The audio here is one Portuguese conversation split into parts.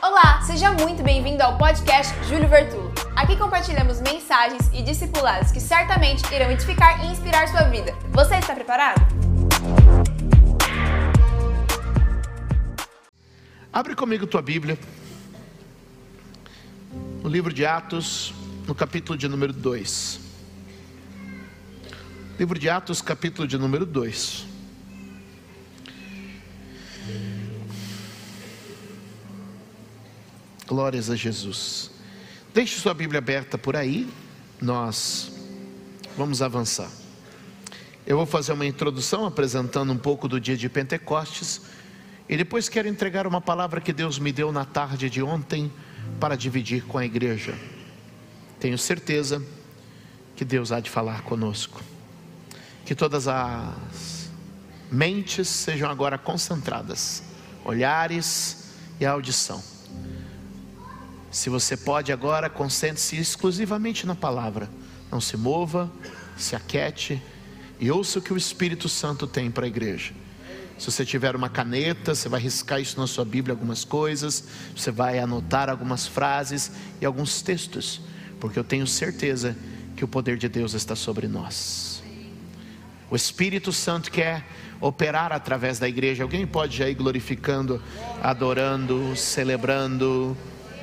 Olá, seja muito bem-vindo ao podcast Júlio Vertulo. Aqui compartilhamos mensagens e discipulados que certamente irão edificar e inspirar sua vida. Você está preparado? Abre comigo tua Bíblia, no livro de Atos, no capítulo de número 2. Livro de Atos, capítulo de número 2. Glórias a Jesus. Deixe sua Bíblia aberta por aí, nós vamos avançar. Eu vou fazer uma introdução apresentando um pouco do dia de Pentecostes e depois quero entregar uma palavra que Deus me deu na tarde de ontem para dividir com a igreja. Tenho certeza que Deus há de falar conosco. Que todas as mentes sejam agora concentradas, olhares e audição. Se você pode agora, concentre-se exclusivamente na palavra. Não se mova, se aquiete e ouça o que o Espírito Santo tem para a igreja. Se você tiver uma caneta, você vai riscar isso na sua Bíblia, algumas coisas. Você vai anotar algumas frases e alguns textos, porque eu tenho certeza que o poder de Deus está sobre nós. O Espírito Santo quer operar através da igreja. Alguém pode já ir glorificando, adorando, celebrando.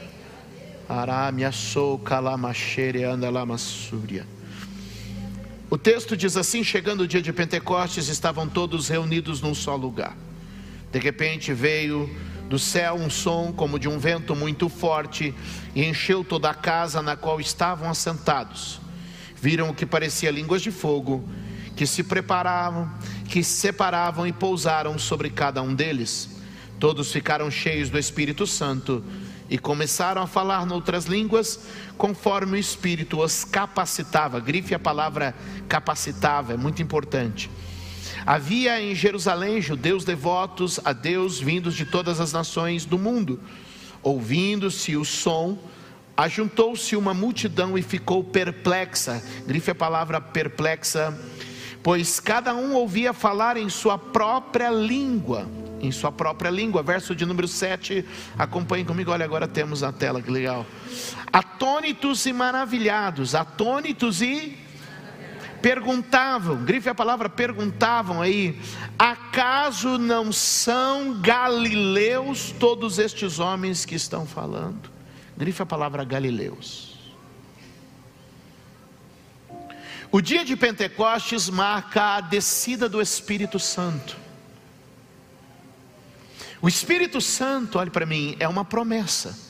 O texto diz assim: chegando o dia de Pentecostes, estavam todos reunidos num só lugar. De repente veio do céu um som como de um vento muito forte e encheu toda a casa na qual estavam assentados. Viram o que parecia línguas de fogo que se separavam e pousaram sobre cada um deles. Todos ficaram cheios do Espírito Santo e começaram a falar noutras línguas, conforme o Espírito os capacitava. Grife a palavra capacitava, é muito importante. Havia em Jerusalém judeus devotos a Deus, vindos de todas as nações do mundo. Ouvindo-se o som, ajuntou-se uma multidão e ficou perplexa. Grife a palavra perplexa, pois cada um ouvia falar em sua própria língua. Em sua própria língua. Verso de número 7, acompanhe comigo. Olha, agora temos na tela, que legal. Atônitos e maravilhados. Atônitos e perguntavam. Grife a palavra perguntavam aí: acaso não são galileus todos estes homens que estão falando? Grife a palavra galileus. O dia de Pentecostes marca a descida do Espírito Santo. O Espírito Santo, olhe para mim, é uma promessa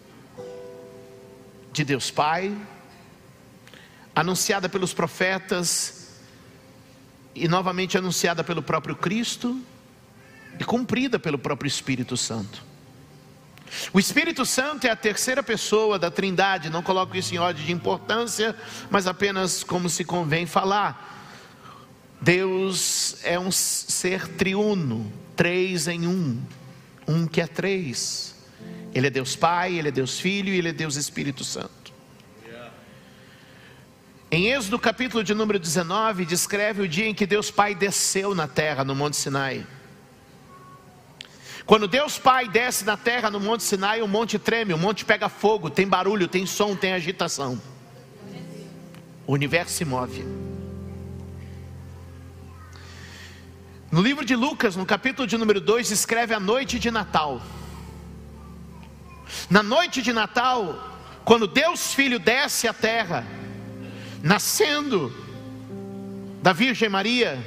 de Deus Pai, anunciada pelos profetas e novamente anunciada pelo próprio Cristo e cumprida pelo próprio Espírito Santo. O Espírito Santo é a terceira pessoa da Trindade. Não coloco isso em ordem de importância, mas apenas como se convém falar. Deus é um ser triuno, 3 em 1, um que é 3. Ele é Deus Pai, Ele é Deus Filho e Ele é Deus Espírito Santo. Em Êxodo capítulo de número 19, descreve o dia em que Deus Pai desceu na terra, no Monte Sinai. Quando Deus Pai desce na terra no Monte Sinai, o monte treme, o monte pega fogo, tem barulho, tem som, tem agitação. O universo se move. No livro de Lucas, no capítulo de número 2, escreve a noite de Natal. Na noite de Natal, quando Deus Filho desce à terra, nascendo da Virgem Maria,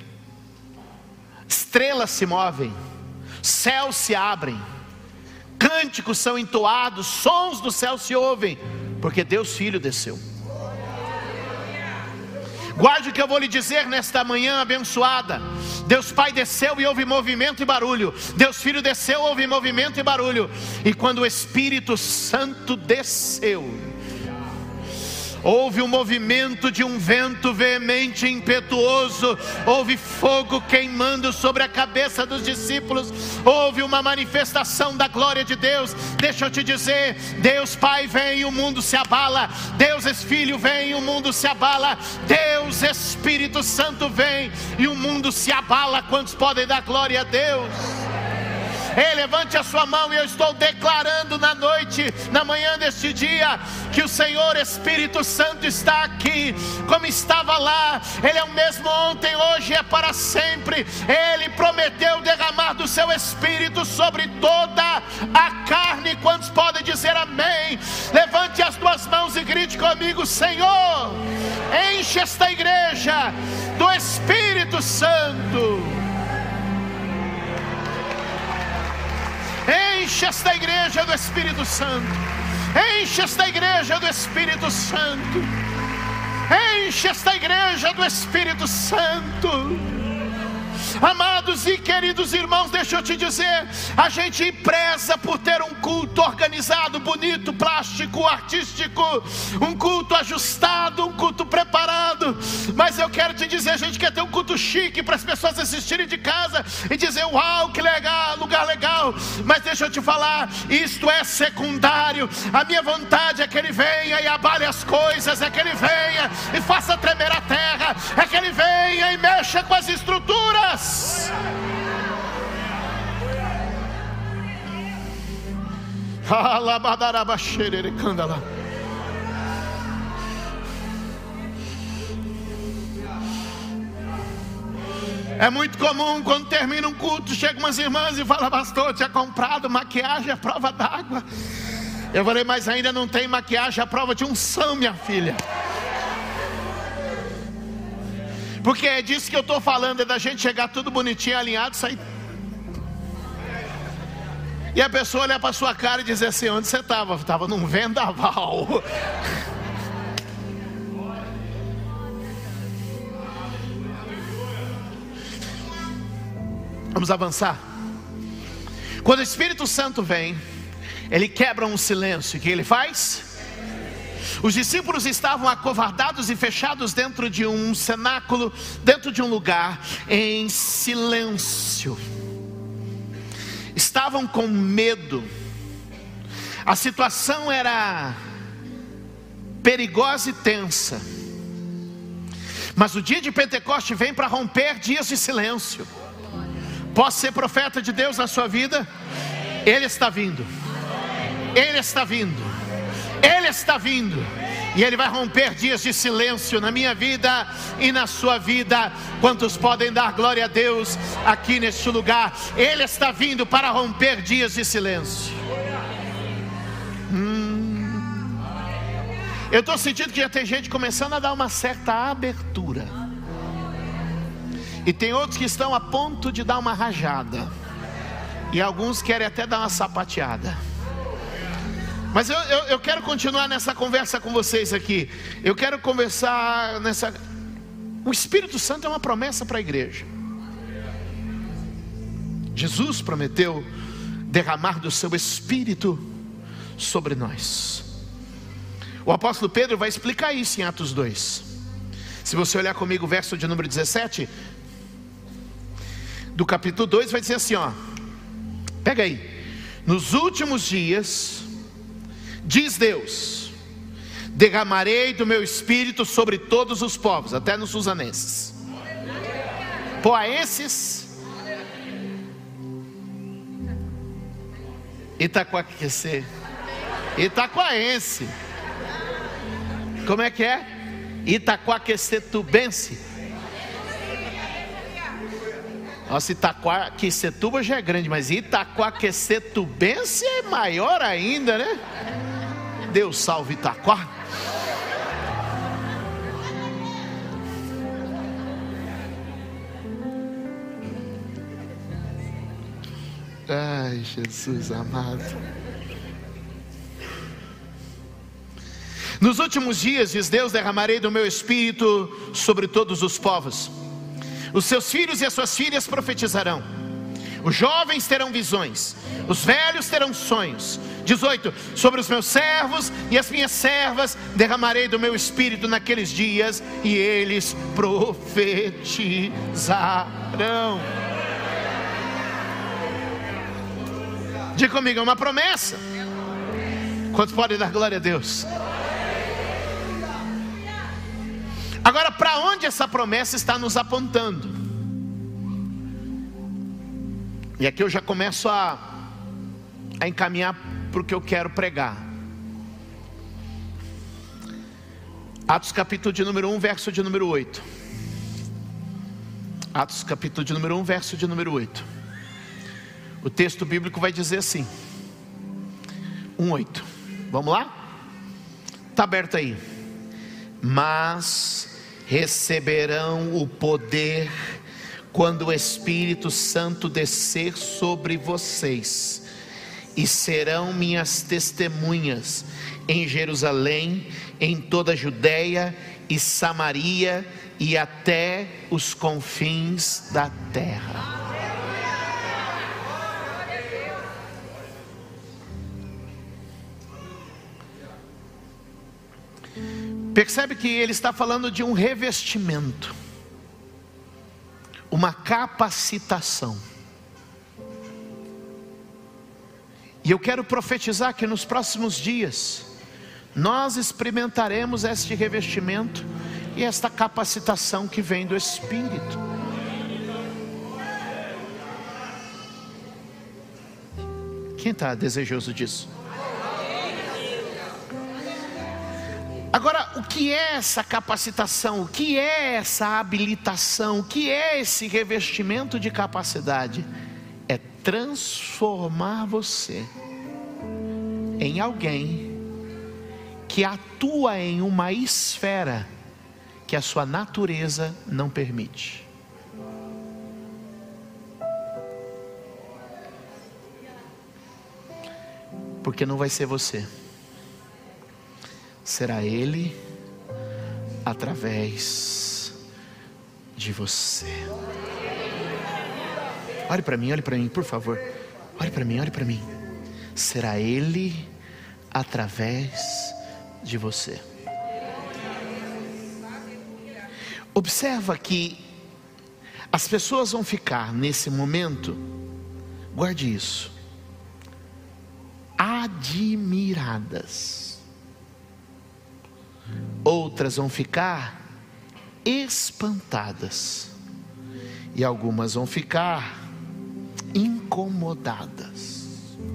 estrelas se movem, céus se abrem, cânticos são entoados, sons do céu se ouvem, porque Deus Filho desceu. Guarde o que eu vou lhe dizer nesta manhã abençoada. Deus Pai desceu e houve movimento e barulho. Deus Filho desceu, houve movimento e barulho. E quando o Espírito Santo desceu, houve um movimento de um vento veemente e impetuoso. Houve fogo queimando sobre a cabeça dos discípulos. Houve uma manifestação da glória de Deus. Deixa eu te dizer, Deus Pai vem e o mundo se abala. Deus Filho vem e o mundo se abala. Deus Espírito Santo vem e o mundo se abala. Quantos podem dar glória a Deus? Ei, levante a sua mão e eu estou declarando na noite, na manhã deste dia, que o Senhor Espírito Santo está aqui, como estava lá. Ele é o mesmo ontem, hoje e é para sempre. Ele prometeu derramar do seu Espírito sobre toda a carne. Quantos podem dizer amém? Levante as duas mãos e grite comigo: Senhor, enche esta igreja do Espírito Santo. Enche esta igreja do Espírito Santo. Enche esta igreja do Espírito Santo. Enche esta igreja do Espírito Santo. Amados e queridos irmãos, deixa eu te dizer, a gente preza por ter um culto organizado, bonito, plástico, artístico, um culto ajustado, um culto preparado. Mas eu quero te dizer, a gente quer ter um culto chique para as pessoas assistirem de casa e dizer: uau, que legal, lugar legal. Mas deixa eu te falar, isto é secundário. A minha vontade é que Ele venha e abale as coisas, é que Ele venha e faça tremer a terra, é que Ele venha e mexa com as estruturas. É muito comum quando termina um culto, chegam umas irmãs e falam: pastor, tinha comprado maquiagem à prova d'água. Eu falei: mas ainda não tem maquiagem à prova de unção, minha filha. Porque é disso que eu estou falando, é da gente chegar tudo bonitinho, alinhado, sair. E a pessoa olhar para a sua cara e dizer assim: onde você estava? Estava num vendaval. Vamos avançar. Quando o Espírito Santo vem, Ele quebra um silêncio. O que Ele faz? Os discípulos estavam acovardados e fechados dentro de um cenáculo, dentro de um lugar, em silêncio. Estavam com medo. A situação era perigosa e tensa. Mas o dia de Pentecoste vem para romper dias de silêncio. Posso ser profeta de Deus na sua vida? Ele está vindo. Ele está vindo. Ele está vindo. E Ele vai romper dias de silêncio na minha vida e na sua vida. Quantos podem dar glória a Deus aqui neste lugar? Ele está vindo para romper dias de silêncio. Eu estou sentindo que já tem gente começando a dar uma certa abertura. E tem outros que estão a ponto de dar uma rajada. E alguns querem até dar uma sapateada. Mas eu quero continuar nessa conversa com vocês aqui. Eu quero conversar nessa... O Espírito Santo é uma promessa para a igreja. Jesus prometeu derramar do seu Espírito sobre nós. O apóstolo Pedro vai explicar isso em Atos 2. Se você olhar comigo o verso de número 17 do capítulo 2, vai dizer assim, ó. Pega aí. Nos últimos dias, diz Deus, derramarei do meu Espírito sobre todos os povos, até nos susanenses, poaenses, Itaquaquecê, Itaquaense, como é que é? Itaquaquecetubense. Nossa, Itaquaquecetuba já é grande, mas Itaquaquecetubense é maior ainda, né? Deus salve Itaquá. Ai, Jesus amado. Nos últimos dias, diz Deus, derramarei do meu Espírito sobre todos os povos. Os seus filhos e as suas filhas profetizarão. Os jovens terão visões. Os velhos terão sonhos. 18. Sobre os meus servos e as minhas servas derramarei do meu Espírito naqueles dias, e eles profetizarão. Diga comigo, é uma promessa. Quantos podem dar glória a Deus? Agora, para onde essa promessa está nos apontando? E aqui eu já começo a encaminhar para o que eu quero pregar. Atos capítulo de número 1, verso de número 8. Atos capítulo de número 1, verso de número 8. O texto bíblico vai dizer assim, 1:8. Vamos lá? Está aberto aí. Mas receberão o poder quando o Espírito Santo descer sobre vocês, e serão minhas testemunhas em Jerusalém, em toda a Judéia e Samaria e até os confins da terra. Percebe que ele está falando de um revestimento, uma capacitação. E eu quero profetizar que nos próximos dias nós experimentaremos este revestimento e esta capacitação que vem do Espírito. Quem está desejoso disso? Agora, o que é essa capacitação? O que é essa habilitação? O que é esse revestimento de capacidade? É transformar você em alguém que atua em uma esfera que a sua natureza não permite. Porque não vai ser você, será Ele através de você. Olhe para mim, por favor. Olhe para mim. Será Ele através de você. Observa que as pessoas vão ficar nesse momento, guarde isso, admiradas. Outras vão ficar espantadas. E algumas vão ficar incomodadas.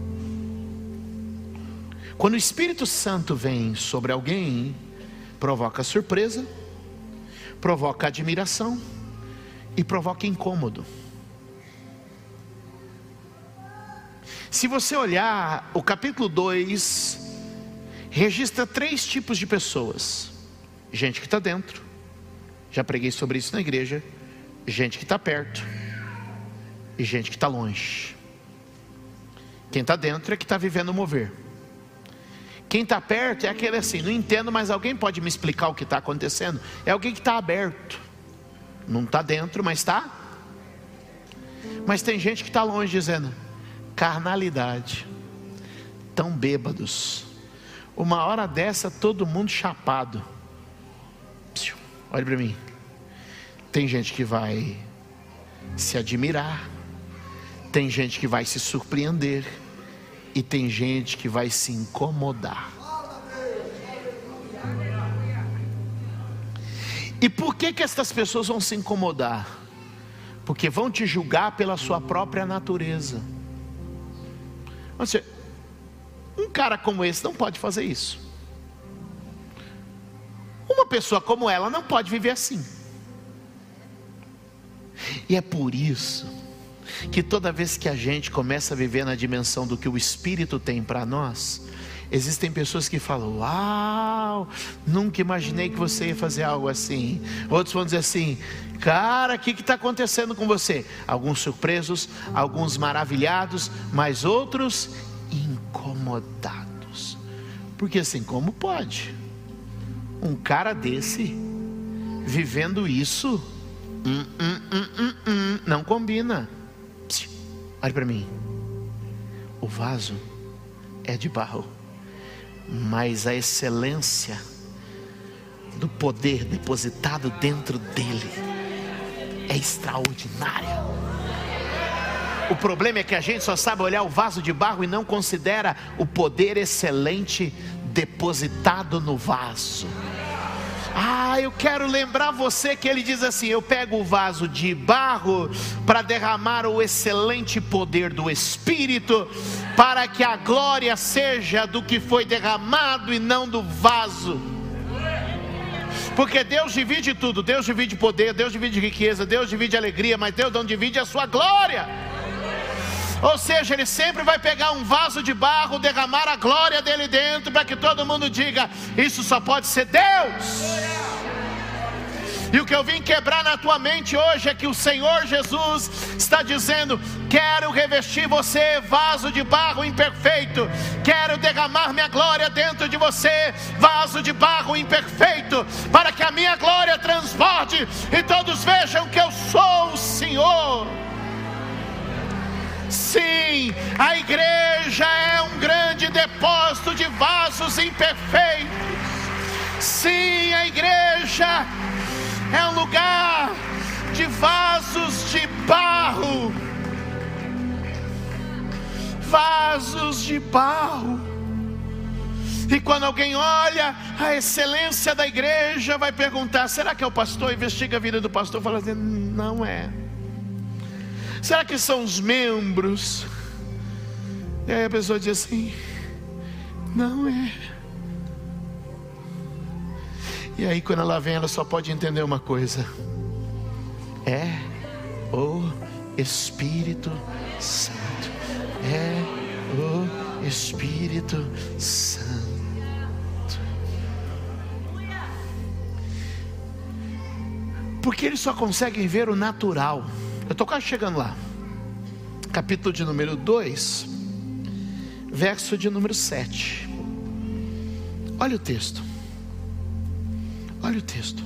Quando o Espírito Santo vem sobre alguém, provoca surpresa, provoca admiração e provoca incômodo. Se você olhar o capítulo 2, registra 3 tipos de pessoas: gente que está dentro, já preguei sobre isso na igreja, gente que está perto e gente que está longe. Quem está dentro é que está vivendo o mover. Quem está perto é aquele assim, não entendo, mas alguém pode me explicar o que está acontecendo? É alguém que está aberto, não está dentro, mas está. Mas tem gente que está longe dizendo, carnalidade, tão bêbados, uma hora dessa todo mundo chapado. Olha para mim. Tem gente que vai se admirar, tem gente que vai se surpreender, e tem gente que vai se incomodar. E por que essas pessoas vão se incomodar? Porque vão te julgar pela sua própria natureza. Ou seja, um cara como esse não pode fazer isso. Uma pessoa como ela não pode viver assim. E é por isso que toda vez que a gente começa a viver na dimensão do que o Espírito tem para nós, existem pessoas que falam, uau, nunca imaginei que você ia fazer algo assim. Outros vão dizer assim, cara, o que está acontecendo com você? Alguns surpresos, alguns maravilhados, mas outros incomodados. Porque assim, como pode um cara desse vivendo isso? Não combina. Olha para mim. O vaso é de barro, mas a excelência do poder depositado dentro dele é extraordinária. O problema é que a gente só sabe olhar o vaso de barro e não considera o poder excelente depositado no vaso. Eu quero lembrar você que ele diz assim: eu pego o vaso de barro para derramar o excelente poder do Espírito, para que a glória seja do que foi derramado e não do vaso. Porque Deus divide tudo, Deus divide poder, Deus divide riqueza, Deus divide alegria, mas Deus não divide a sua glória. Ou seja, ele sempre vai pegar um vaso de barro, derramar a glória dele dentro, para que todo mundo diga: isso só pode ser Deus. E o que eu vim quebrar na tua mente hoje é que o Senhor Jesus está dizendo: quero revestir você, vaso de barro imperfeito. Quero derramar minha glória dentro de você, vaso de barro imperfeito, para que a minha glória transborde e todos vejam que eu sou o Senhor. Sim, a igreja é um grande depósito de vasos imperfeitos. Sim, a igreja é um lugar de vasos de barro. Vasos de barro. E quando alguém olha a excelência da igreja, vai perguntar: será que é o pastor? Investiga a vida do pastor, fala assim: não é. Será que são os membros? E aí a pessoa diz assim: não é. E aí quando ela vem, ela só pode entender uma coisa: é o Espírito Santo. É o Espírito Santo. Porque eles só conseguem ver o natural. Eu estou quase chegando lá. Capítulo de número 2, verso de número 7. Olha o texto. Olha o texto.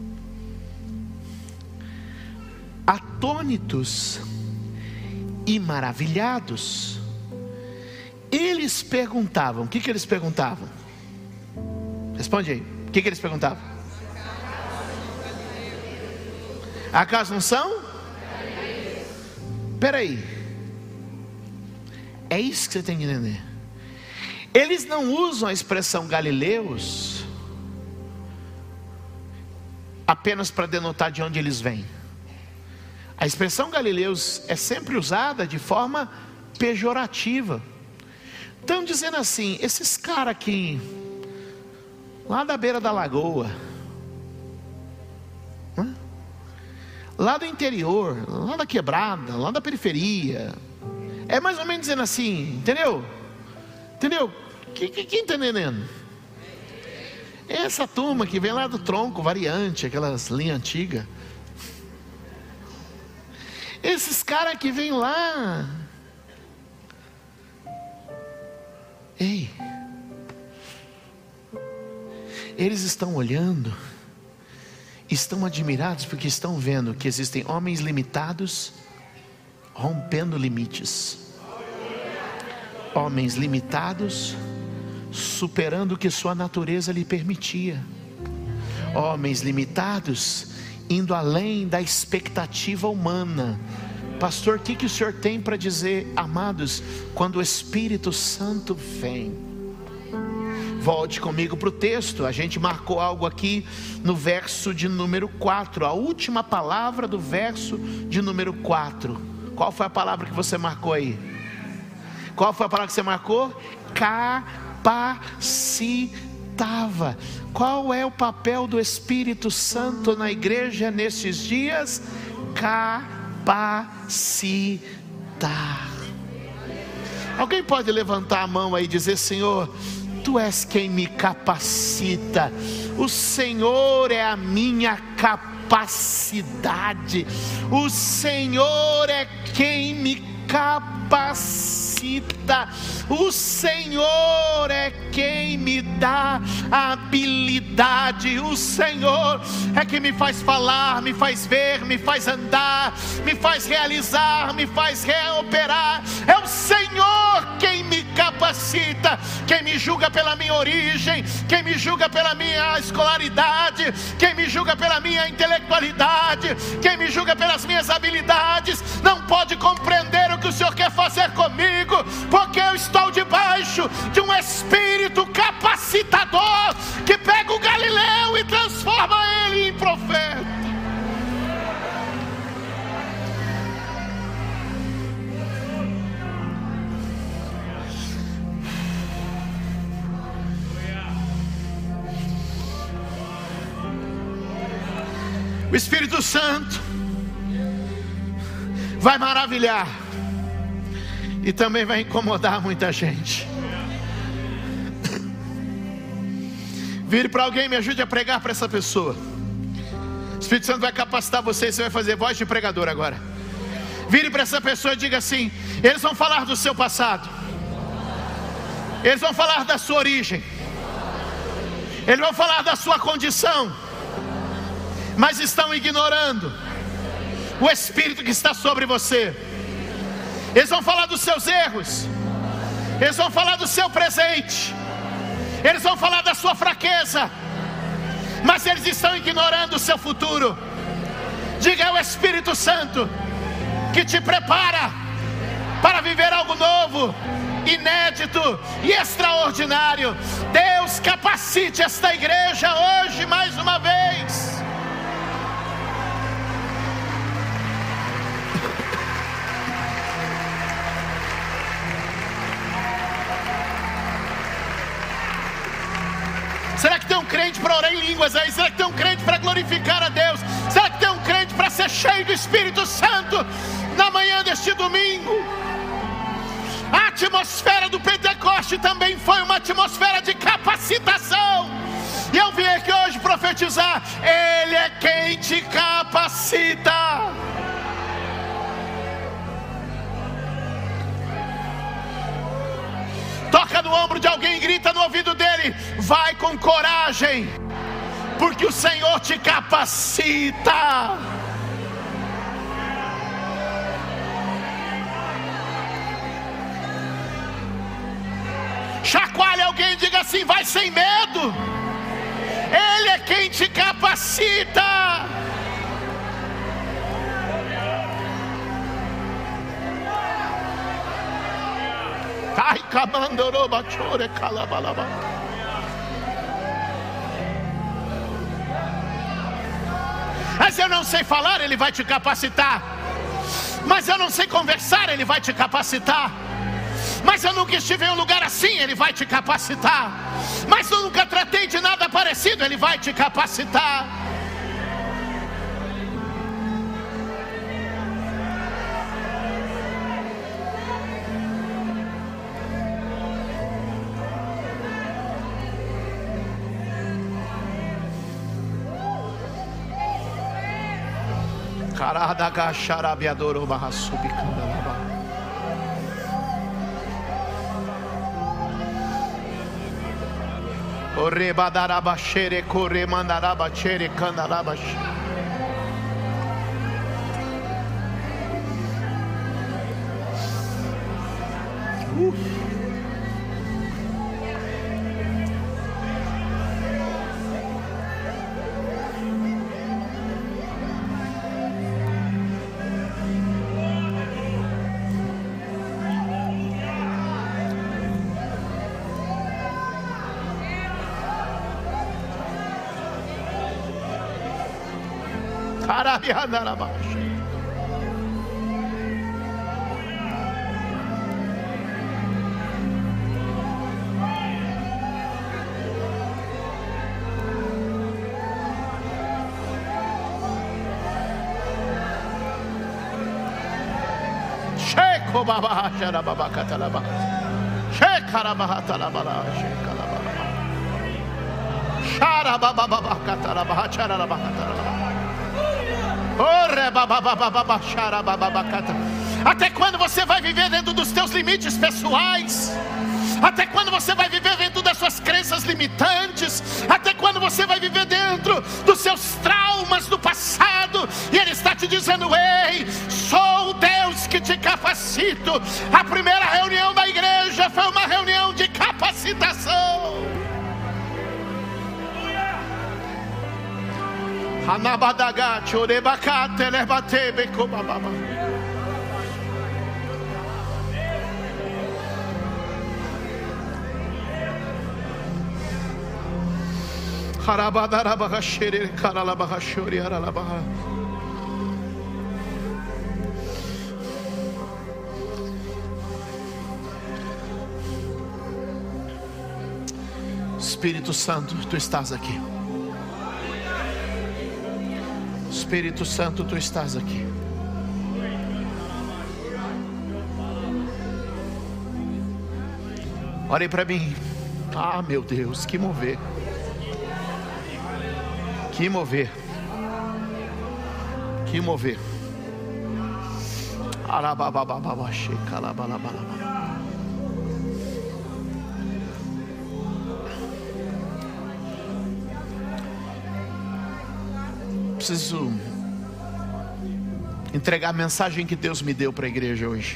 Atônitos e maravilhados, eles perguntavam. O que eles perguntavam? Responde aí. O que eles perguntavam? Acaso não são? Espera aí. É isso que você tem que entender. Eles não usam a expressão galileus apenas para denotar de onde eles vêm. A expressão galileus é sempre usada de forma pejorativa. Estão dizendo assim: esses caras aqui, lá da beira da lagoa, lá do interior, lá da quebrada, lá da periferia, é mais ou menos dizendo assim, entendeu? Entendeu? Quem está entendendo? Essa turma que vem lá do tronco variante, aquelas linhas antigas, esses caras que vêm lá, ei, eles estão olhando, estão admirados porque estão vendo que existem homens limitados rompendo limites, homens limitados superando o que sua natureza lhe permitia, homens limitados indo além da expectativa humana. Pastor, o que o senhor tem para dizer, amados, quando o Espírito Santo vem? Volte comigo para o texto. A gente marcou algo aqui no verso de número 4, a última palavra do verso de número 4. Qual foi a palavra que você marcou aí? Qual foi a palavra que você marcou? Capacitava. Qual é o papel do Espírito Santo na igreja nesses dias? Capacitar. Alguém pode levantar a mão aí e dizer: Senhor, Tu és quem me capacita. O Senhor é a minha capacidade. O Senhor é quem me capacita. O Senhor é quem me dá habilidade. O Senhor é quem me faz falar, me faz ver, me faz andar, me faz realizar, me faz reoperar. É o Senhor quem me capacita. Quem me julga pela minha origem, quem me julga pela minha escolaridade, quem me julga pela minha intelectualidade, quem me julga pelas minhas habilidades, não pode compreender o que o Senhor quer fazer comigo, porque eu estou debaixo de um Espírito capacitador, que pega o Galileu e transforma profeta. O Espírito Santo vai maravilhar e também vai incomodar muita gente. Vire para alguém e me ajude a pregar para essa pessoa. O Espírito Santo vai capacitar você e você vai fazer voz de pregador agora. Vire para essa pessoa e diga assim: eles vão falar do seu passado, eles vão falar da sua origem, eles vão falar da sua condição, mas estão ignorando o Espírito que está sobre você. Eles vão falar dos seus erros, eles vão falar do seu presente, eles vão falar da sua fraqueza, mas eles estão ignorando o seu futuro. Diga: é o Espírito Santo que te prepara para viver algo novo, inédito e extraordinário. Deus capacite esta igreja hoje mais uma vez. Será que tem um crente para orar em línguas aí? Será que tem um crente para glorificar a Deus? Será que tem um crente para ser cheio do Espírito Santo na manhã deste domingo? A atmosfera do Pentecoste também foi uma atmosfera de capacitação. E eu vim aqui hoje profetizar: Ele é quem te capacita. Toca no ombro de alguém e grita no ouvido dele: vai com coragem, porque o Senhor te capacita. Chacoalhe alguém e diga assim: vai sem medo, Ele é quem te capacita. Ai, camandoroba, chore, calabalaba. Mas eu não sei falar, Ele vai te capacitar. Mas eu não sei conversar, Ele vai te capacitar. Mas eu nunca estive em um lugar assim, Ele vai te capacitar. Mas eu nunca tratei de nada parecido, Ele vai te capacitar. Caradaga xarabiadoro barrasubicandalaba. Ore badaraba xere corre mandaraba xere candalaba. Sheko baba shara baba katalaba. Shekara baba talaba shekalaba. Shara baba baba katalaba shara baba katalaba. Até quando você vai viver dentro dos teus limites pessoais? Até quando você vai viver dentro das suas crenças limitantes? Até quando você vai viver dentro dos seus traumas do passado? E Ele está te dizendo: ei, sou o Deus que te capacito. A primeira reunião da igreja foi uma reunião de capacitação. Hanabadagat orebakate lebate bekobababa. Espírito Santo, tu estás aqui. Espírito Santo, tu estás aqui. Olhem para mim. Ah, meu Deus, que mover. Que mover. Que mover. Preciso entregar a mensagem que Deus me deu para a igreja hoje.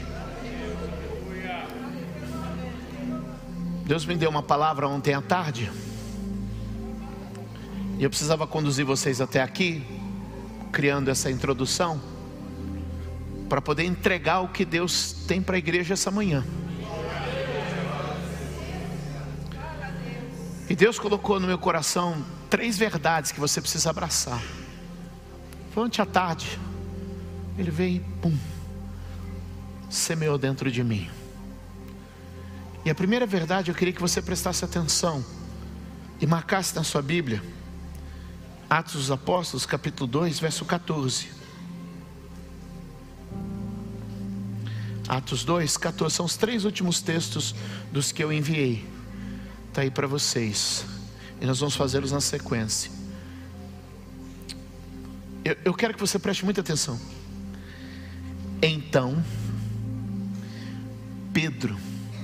Deus me deu uma palavra ontem à tarde, e eu precisava conduzir vocês até aqui, criando essa introdução, para poder entregar o que Deus tem para a igreja essa manhã. E Deus colocou no meu coração 3 verdades que você precisa abraçar. Foi ontem à tarde, Ele veio e pum, semeou dentro de mim. E a primeira verdade, eu queria que você prestasse atenção e marcasse na sua Bíblia, Atos dos Apóstolos, capítulo 2, verso 14. Atos 2, 14, são os 3 últimos textos dos que eu enviei. Está aí para vocês, e nós vamos fazê-los na sequência. Eu quero que você preste muita atenção. Então, Pedro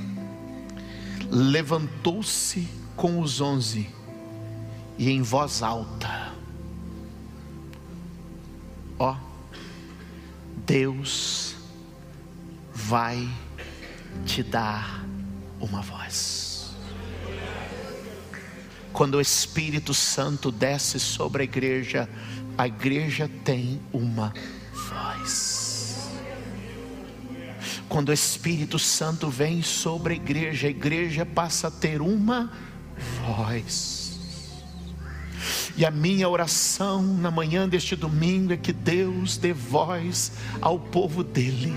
levantou-se com os 11 e em voz alta: ó, Deus vai te dar uma voz. Quando o Espírito Santo desce sobre a igreja tem uma voz. Quando o Espírito Santo vem sobre a igreja passa a ter uma voz. E a minha oração na manhã deste domingo é que Deus dê voz ao povo dele.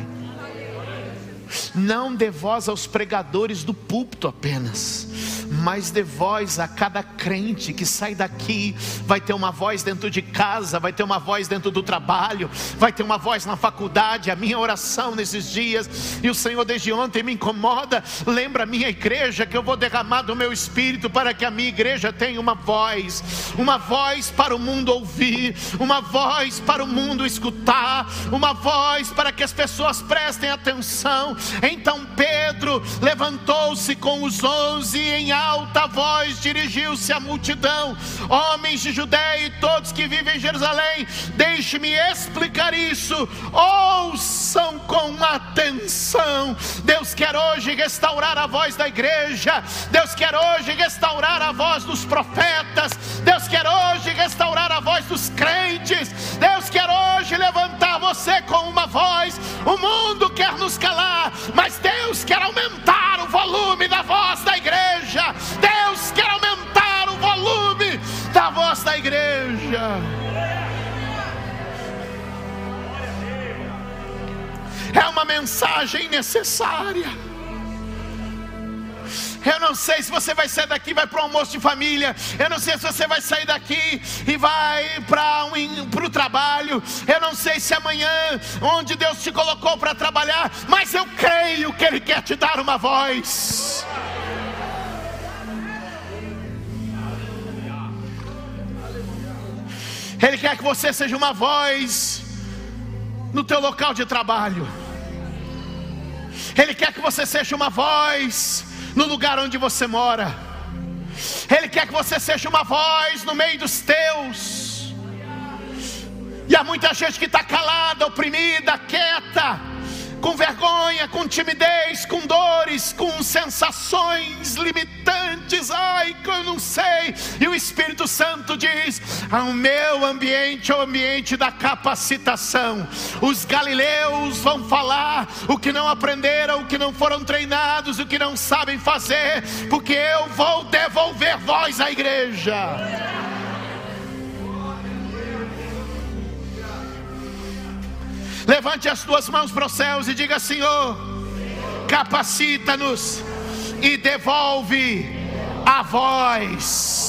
Não dê voz aos pregadores do púlpito apenas, mas dê voz a cada crente que sai daqui. Vai ter uma voz dentro de casa, vai ter uma voz dentro do trabalho, vai ter uma voz na faculdade. A minha oração nesses dias, e o Senhor desde ontem me incomoda, lembra a minha igreja que eu vou derramar do meu Espírito para que a minha igreja tenha uma voz para o mundo ouvir, uma voz para o mundo escutar, uma voz para que as pessoas prestem atenção. Então Pedro levantou-se com os 11 e em alta voz dirigiu-se à multidão: homens de Judeia e todos que vivem em Jerusalém, deixe-me explicar isso, ouçam com atenção. Deus quer hoje restaurar a voz da igreja, Deus quer hoje restaurar a voz dos profetas, Deus quer hoje restaurar a voz dos crentes, Deus quer hoje levantar você com uma voz. O mundo quer nos calar, mas Deus quer aumentar o volume da voz da igreja. Deus quer aumentar o volume da voz da igreja. É uma mensagem necessária. Eu não sei se você vai sair daqui e vai para um almoço de família. Eu não sei se você vai sair daqui e vai para o trabalho. Eu não sei se amanhã, onde Deus te colocou para trabalhar, mas eu creio que Ele quer te dar uma voz. Ele quer que você seja uma voz no teu local de trabalho. Ele quer que você seja uma voz no lugar onde você mora. Ele quer que você seja uma voz no meio dos teus. E há muita gente que está calada, oprimida, quieta, com vergonha, com timidez, com dores, com sensações limitantes. Ai, que eu não sei. E o Espírito Santo diz: o meu ambiente é o ambiente da capacitação. Os galileus vão falar o que não aprenderam, o que não foram treinados, o que não sabem fazer, porque eu vou devolver voz à igreja. Levante as tuas mãos para os céus e diga: Senhor, capacita-nos e devolve a voz.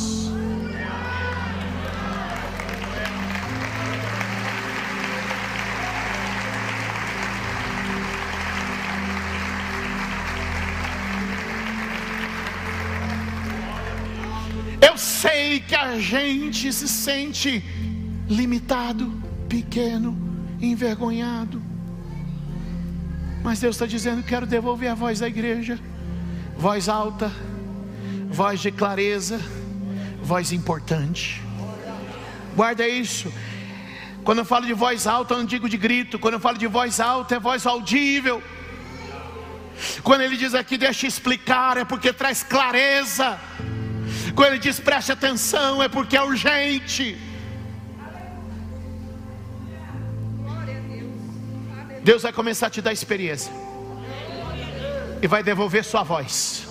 Eu sei que a gente se sente limitado, pequeno, envergonhado, mas Deus está dizendo: quero devolver a voz da igreja, voz alta, voz de clareza, voz importante. Guarda isso. Quando eu falo de voz alta, eu não digo de grito. Quando eu falo de voz alta, é voz audível. Quando ele diz aqui: deixa eu explicar, é porque traz clareza. Quando ele diz preste atenção, é porque é urgente. Deus vai começar a te dar experiência e vai devolver sua voz.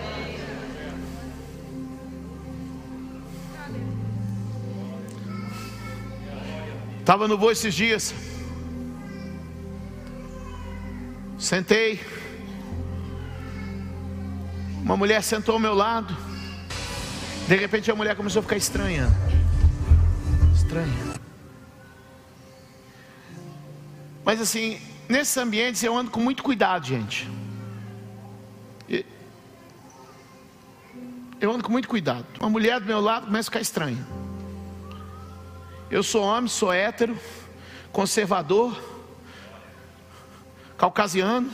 Estava no voo esses dias, sentei, uma mulher sentou ao meu lado. De repente a mulher começou a ficar estranha. Mas assim, nesses ambientes eu ando com muito cuidado, gente. Eu ando com muito cuidado. Uma mulher do meu lado começa a ficar estranha. Eu sou homem, sou hétero, conservador, caucasiano.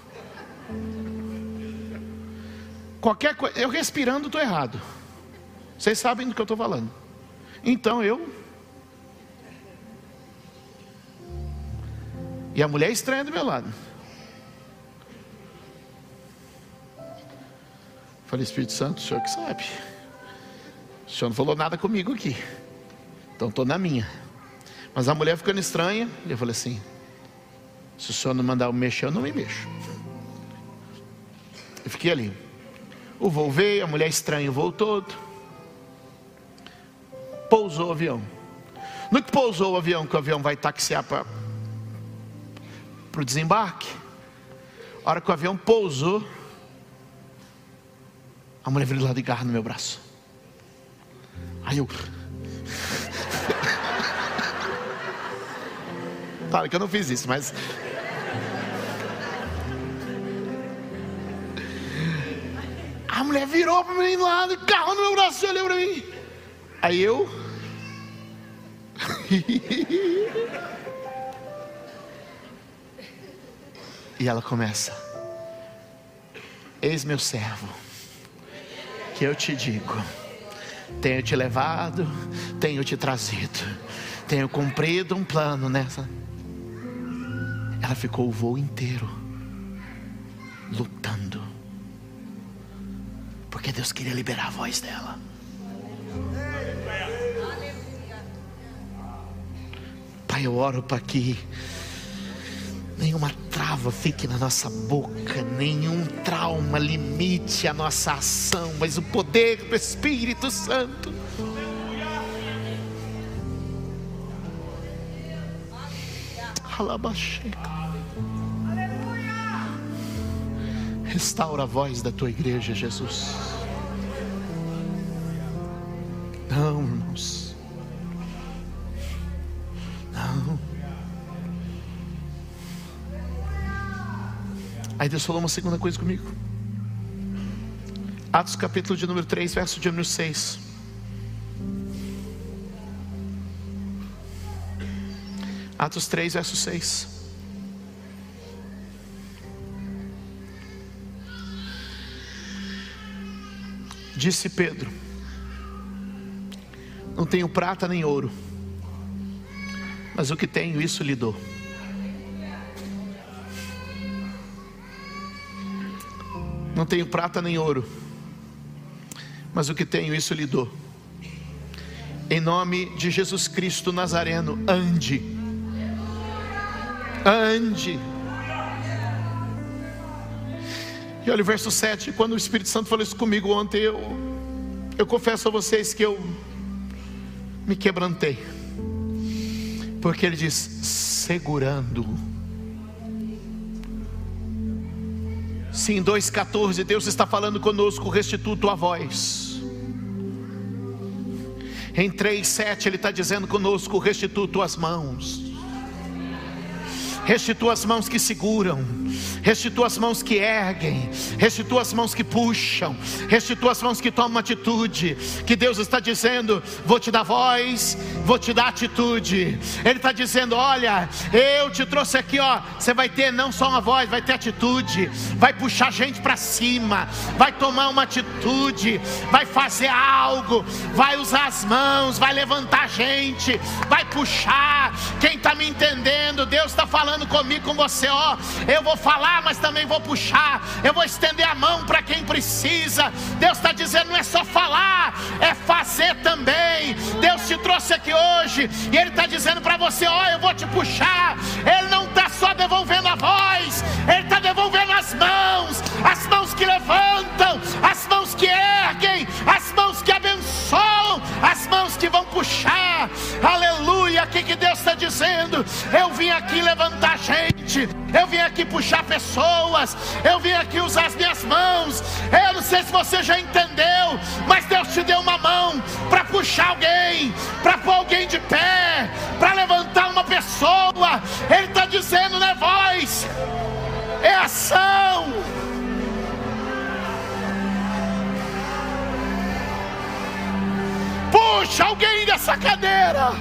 Qualquer coisa, eu respirando estou errado. Vocês sabem do que eu estou falando. Então e a mulher estranha do meu lado. Falei: Espírito Santo, o senhor que sabe. O senhor não falou nada comigo aqui, então estou na minha. Mas a mulher ficando estranha, eu falei assim: se o senhor não mandar eu mexer, eu não me mexo. Eu fiquei ali. O voo veio, a mulher estranha o voo todo. Pousou o avião. No que pousou o avião, que o avião vai taxiar para o desembarque. A hora que o avião pousou, a mulher veio lá de garra no meu braço. Aí eu... Claro que eu não fiz isso, mas... A mulher virou para mim lá, de garra no meu braço e olhou para mim. Aí eu... E ela começa: eis meu servo, que eu te digo, tenho te levado, tenho te trazido, tenho cumprido um plano nessa. Ela ficou o voo inteiro lutando, porque Deus queria liberar a voz dela. Pai, eu oro para que nenhuma trava fique na nossa boca, nenhum trauma limite a nossa ação, mas o poder do Espírito Santo. Restaura a voz da tua igreja, Jesus. Não, irmãos. Não. Aí Deus falou uma segunda coisa comigo. Atos capítulo de número 3, verso de número 6. Atos 3, verso 6. Disse Pedro: não tenho prata nem ouro, mas o que tenho, isso lhe dou. Não tenho prata nem ouro, mas o que tenho, isso lhe dou. Em nome de Jesus Cristo Nazareno, ande. Ande. E olha o verso 7. Quando o Espírito Santo falou isso comigo ontem, eu confesso a vocês que eu me quebrantei, porque ele diz: segurando. Sim, 2,14, Deus está falando conosco, restitui tua voz. Em 3,7 Ele está dizendo conosco, restitui tuas mãos. Restitua as mãos que seguram, restitua as mãos que erguem, restitua as mãos que puxam, restitua as mãos que tomam atitude. Que Deus está dizendo, vou te dar voz, vou te dar atitude. Ele está dizendo, olha, eu te trouxe aqui, ó, você vai ter não só uma voz, vai ter atitude, vai puxar gente para cima, vai tomar uma atitude, vai fazer algo, vai usar as mãos, vai levantar gente, vai puxar. Quem está me entendendo? Deus está falando comigo, com você, ó, eu vou falar, mas também vou puxar, eu vou estender a mão para quem precisa. Deus está dizendo, não é só falar, é fazer também. Deus te trouxe aqui hoje, e Ele está dizendo para você, ó, eu vou te puxar. Ele não está só devolvendo a voz, Ele está devolvendo as mãos que levantam, as mãos que erguem, as mãos que abençoam, as mãos que vão puxar. Aleluia. O que Deus está dizendo? Eu vim aqui levantar gente, eu vim aqui puxar pessoas, eu vim aqui usar as minhas mãos. Eu não sei se você já entendeu, mas Deus te deu uma mão para puxar alguém, para pôr alguém de pé, para levantar uma pessoa. Ele está dizendo, não é voz, é ação. Puxa alguém dessa cadeira.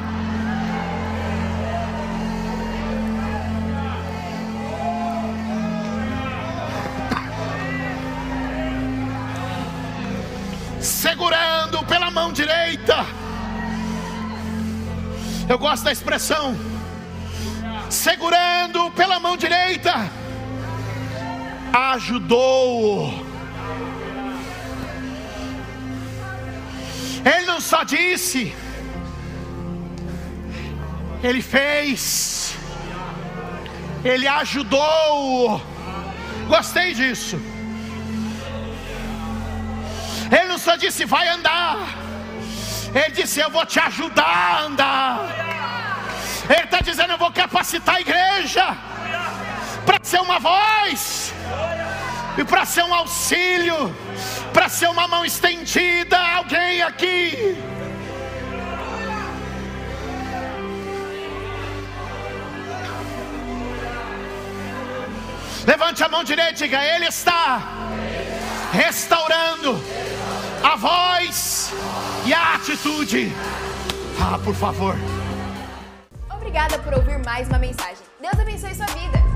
Segurando pela mão direita. Eu gosto da expressão segurando pela mão direita. Ajudou. Ele não só disse, Ele fez, Ele ajudou. Gostei disso. Ele não só disse, vai andar, Ele disse, eu vou te ajudar a andar. Ele está dizendo, eu vou capacitar a igreja para ser uma voz, e para ser um auxílio, para ser uma mão estendida. Alguém aqui? Levante a mão direita e diga, Ele está restaurando a voz e a atitude. Por favor. Obrigada por ouvir mais uma mensagem. Deus abençoe sua vida.